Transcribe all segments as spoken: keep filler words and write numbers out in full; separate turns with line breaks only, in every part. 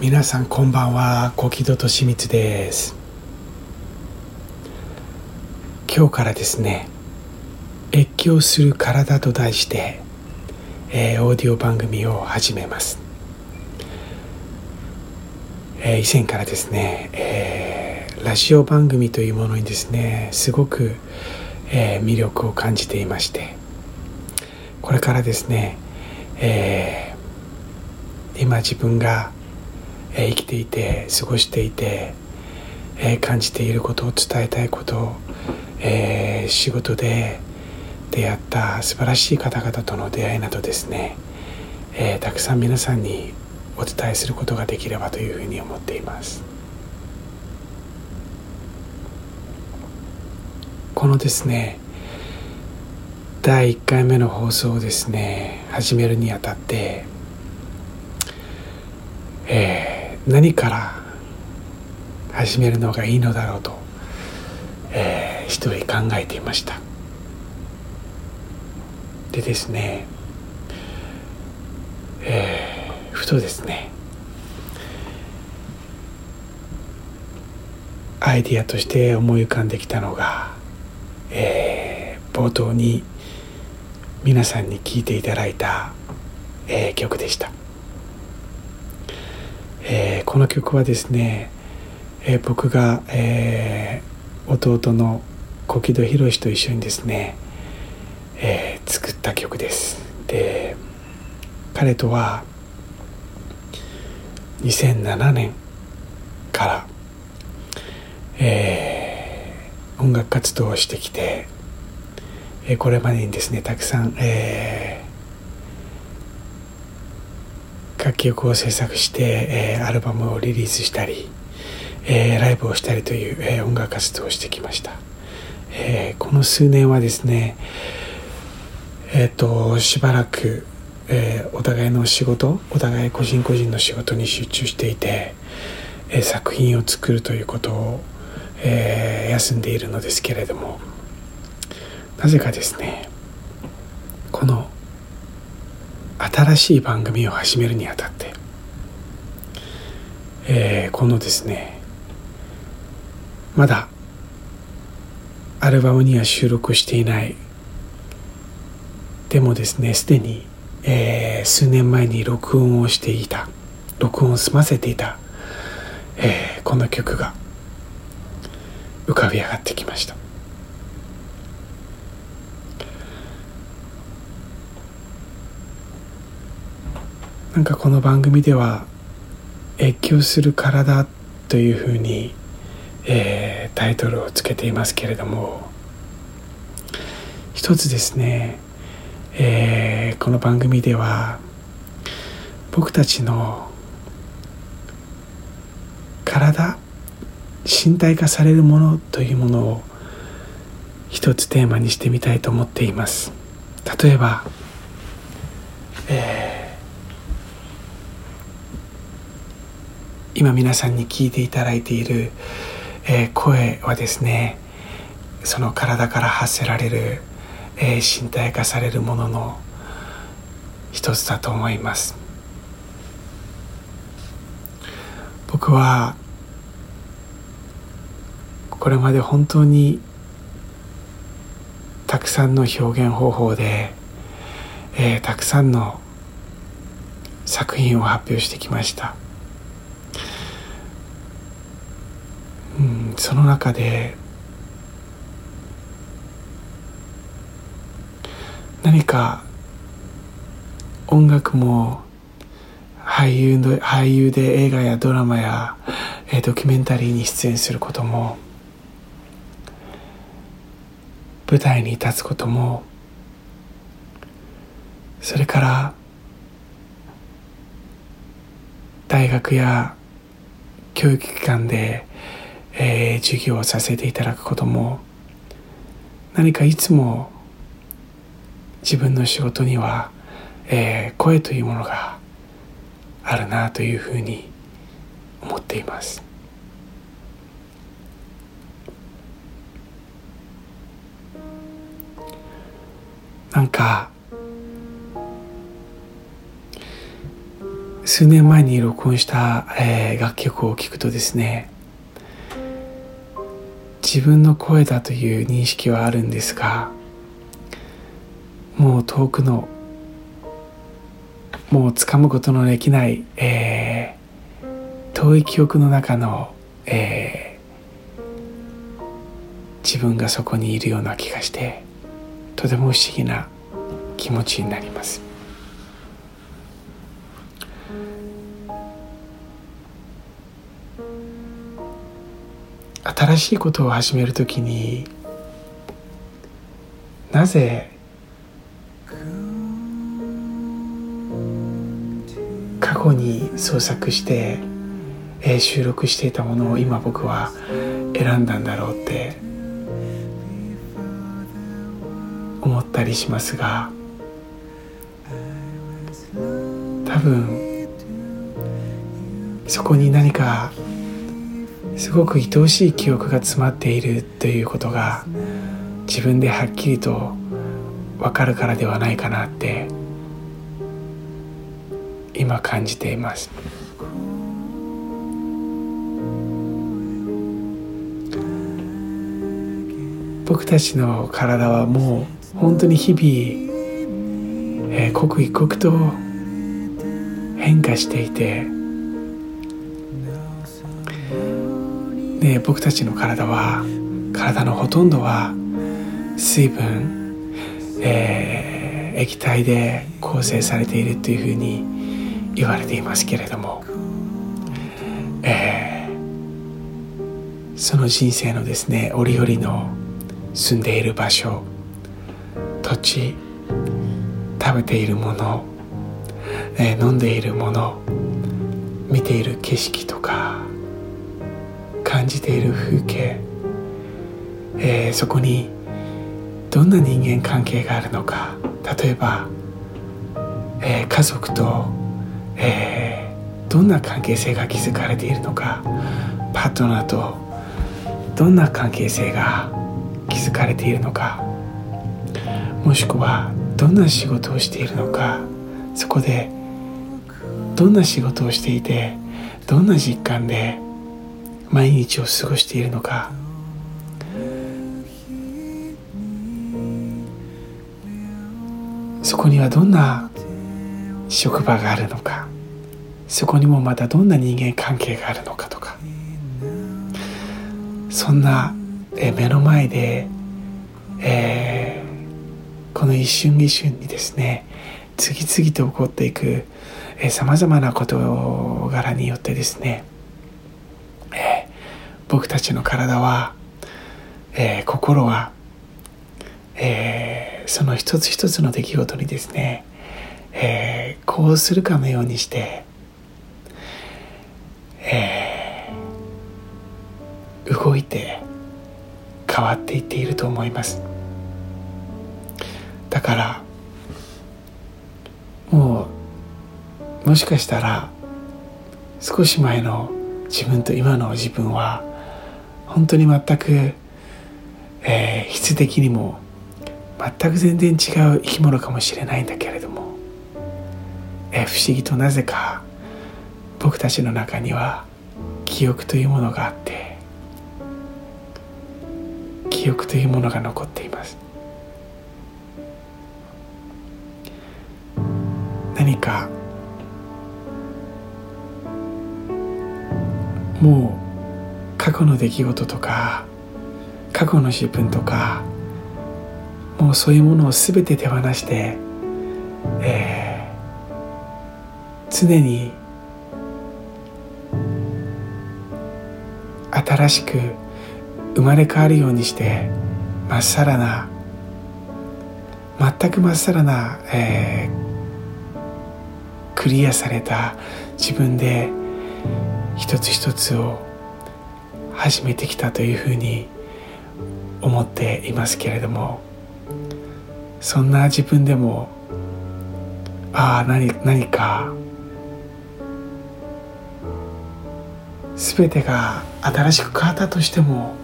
皆さんこんばんは、小木戸利光です。今日からですね、越境する体と題して、えー、オーディオ番組を始めます。えー、以前からですね、えー、ラジオ番組というものにですね、すごく、えー、魅力を感じていまして、これからですね、えー、今自分が生きていて過ごしていて、えー、感じていることを伝えたいことを、えー、仕事で出会った素晴らしい方々との出会いなどですね、えー、たくさん皆さんにお伝えすることができればというふうに思っています。このですねだいいっかいめの放送をですね始めるにあたって、えー何から始めるのがいいのだろうと、えー、一人考えていました。でですね、えー、ふとですねアイディアとして思い浮かんできたのが、えー、冒頭に皆さんに聴いていただいた、えー、曲でした。えー、この曲はですね、えー、僕が、えー、弟の小木戸博と一緒にですね、えー、作った曲です。で、彼とはにせんななねんから、えー、音楽活動をしてきて、えー、これまでにですねたくさん、えー楽曲を制作して、えー、アルバムをリリースしたり、えー、ライブをしたりという、えー、音楽活動をしてきました。えー、この数年はですね、えー、としばらく、えー、お互いの仕事、お互い個人個人の仕事に集中していて、えー、作品を作るということを、えー、休んでいるのですけれども、なぜかですね、この新しい番組を始めるにあたって、えー、このですねまだアルバムには収録していない、でもですねすでに、えー、数年前に録音をしていた録音を済ませていた、えー、この曲が浮かび上がってきました。なんかこの番組では越境する体というふうに、えー、タイトルをつけていますけれども、一つですね、えー、この番組では僕たちの体、身体化されるものというものを一つテーマにしてみたいと思っています。例えば、えー今皆さんに聞いていただいている、えー、声はですね、その体から発せられる、えー、身体化されるものの一つだと思います。僕はこれまで本当にたくさんの表現方法で、えー、たくさんの作品を発表してきました。うん、その中で何か音楽も俳優の俳優で映画やドラマや、えー、ドキュメンタリーに出演することも、舞台に立つことも、それから大学や教育機関でえー、授業をさせていただくことも、何かいつも自分の仕事には、えー、声というものがあるなというふうに思っています。なんか数年前に録音した、えー、楽曲を聴くとですね、自分の声だという認識はあるんですが、もう遠くのもう掴むことのできない、えー、遠い記憶の中の、えー、自分がそこにいるような気がして、とても不思議な気持ちになります。新しいことを始めるときに、なぜ過去に創作して、えー、収録していたものを今僕は選んだんだろうって思ったりしますが、多分そこに何かすごく愛おしい記憶が詰まっているということが自分ではっきりと分かるからではないかなって今感じています。僕たちの体はもう本当に日々、えー、刻一刻と変化していて、で僕たちの体は体のほとんどは水分、えー、液体で構成されているというふうに言われていますけれども、えー、その人生のですね、折々の住んでいる場所、土地、食べているもの、えー、飲んでいるもの、見ている景色とか感じている風景、えー、そこにどんな人間関係があるのか、例えば、えー、家族と、えー、どんな関係性が築かれているのか、パートナーとどんな関係性が築かれているのか、もしくはどんな仕事をしているのか、そこでどんな仕事をしていてどんな実感で毎日を過ごしているのか、そこにはどんな職場があるのか、そこにもまたどんな人間関係があるのかとか、そんなえ目の前で、えー、この一瞬一瞬にですね、次々と起こっていくさまざまな事柄によってですね、えー、僕たちの体は、えー、心は、えー、その一つ一つの出来事にですね、えー、こうするかのようにして、えー、動いて変わっていっていると思います。だからもうもしかしたら少し前の自分と今の自分は本当に全く、えー、質的にも全く全然違う生き物かもしれないんだけれども、えー、不思議となぜか僕たちの中には記憶というものがあって、記憶というものが残っています。何かもう過去の出来事とか過去の自分とか、もうそういうものをすべて手放して、えー、常に新しく生まれ変わるようにして、まっさらな全くまっさらな、えー、クリアされた自分で一つ一つを始めてきたというふうに思っていますけれども、そんな自分でもああ 何, 何か全てが新しく変わったとしても、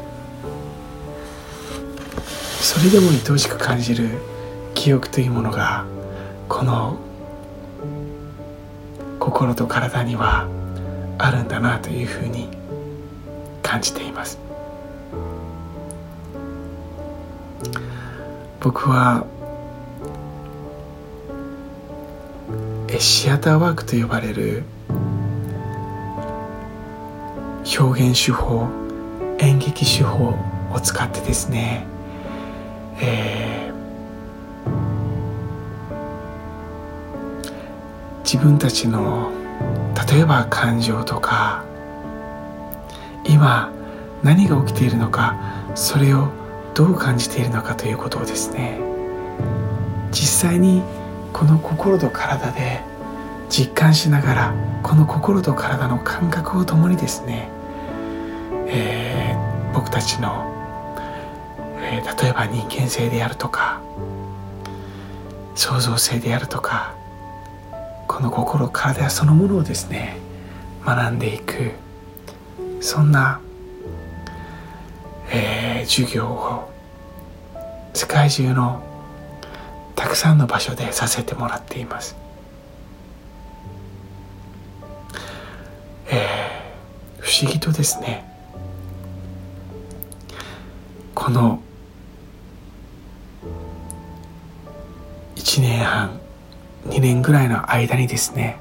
それでも愛おしく感じる記憶というものがこの心と体にはあるんだなというふうに感じています。僕はシアターワークと呼ばれる表現手法、演劇手法を使ってですね、えー、自分たちの例えば感情とか今何が起きているのか、それをどう感じているのかということをですね、実際にこの心と体で実感しながら、この心と体の感覚をともにですね、えー、僕たちの、えー、例えば人間性であるとか創造性であるとか、この心体そのものをですね学んでいく、そんな、えー、授業を世界中のたくさんの場所でさせてもらっています。えー、不思議とですね、このいちねんはんにねんぐらいの間にですね、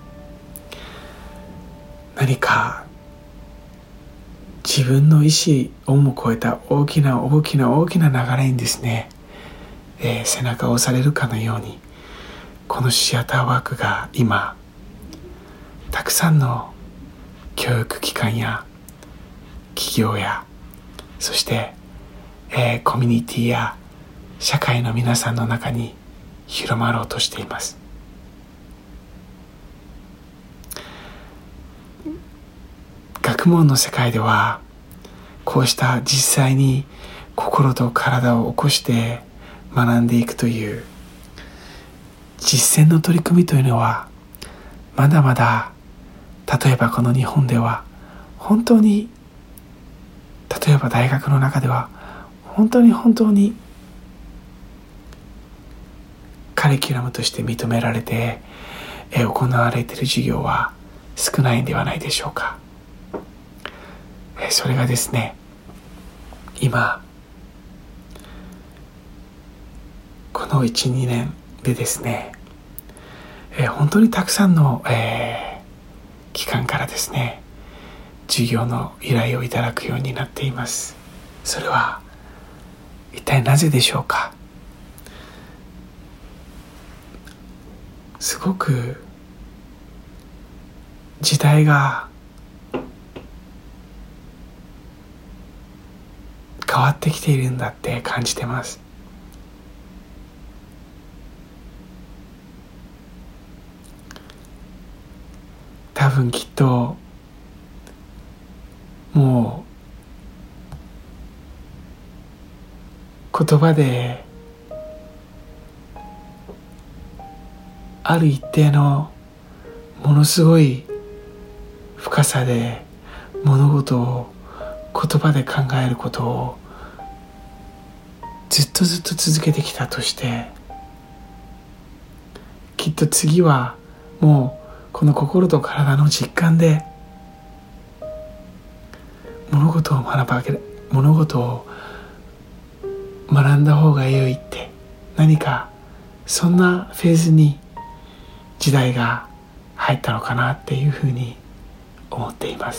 何か自分の意志をも超えた大きな大きな大きな流れにですね、えー、背中を押されるかのように、このシアターワークが今たくさんの教育機関や企業や、そして、えー、コミュニティや社会の皆さんの中に広まろうとしています。学問の世界ではこうした実際に心と体を起こして学んでいくという実践の取り組みというのはまだまだ、例えばこの日本では本当に、例えば大学の中では本当に本当にカリキュラムとして認められて行われている授業は少ないんではないでしょうか。それがですね、今このいち、にねんでですね、本当にたくさんの、えー、機関からですね、授業の依頼をいただくようになっています。それは一体なぜでしょうか。すごく時代が変わってきているんだって感じてます。多分きっともう言葉である一定のものすごい深さで物事を言葉で考えることをずっとずっと続けてきたとして、きっと次はもうこの心と体の実感で物事を学ばけ物事を学んだ方が良いって、何かそんなフェーズに時代が入ったのかなっていうふうに思っています。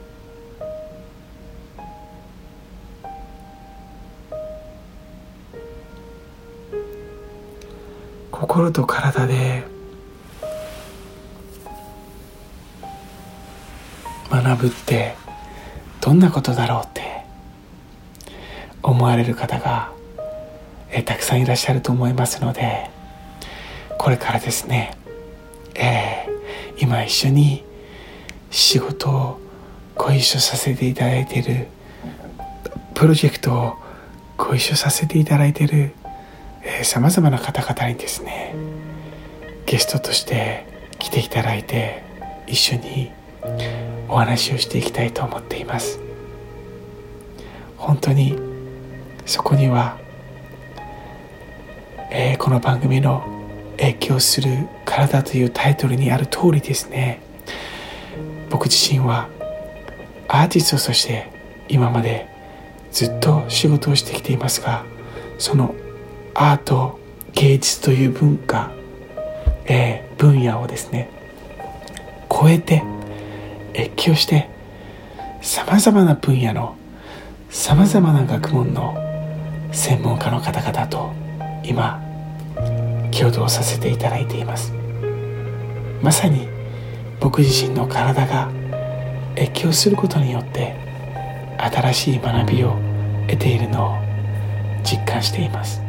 心と体で学ぶってどんなことだろうって思われる方がえたくさんいらっしゃると思いますので、これからですね、えー、今一緒に仕事をご一緒させていただいている、プロジェクトをご一緒させていただいているさまざまな方々にですね、ゲストとして来ていただいて一緒にお話をしていきたいと思っています。本当にそこには、えー、この番組の影響する体というタイトルにある通りですね、僕自身はアーティストとして今までずっと仕事をしてきていますが、そのアート芸術という文化、えー、分野をですね超えて越境してさまざまな分野のさまざまな学問の専門家の方々と今共同させていただいています。まさに僕自身の体が越境することによって新しい学びを得ているのを実感しています。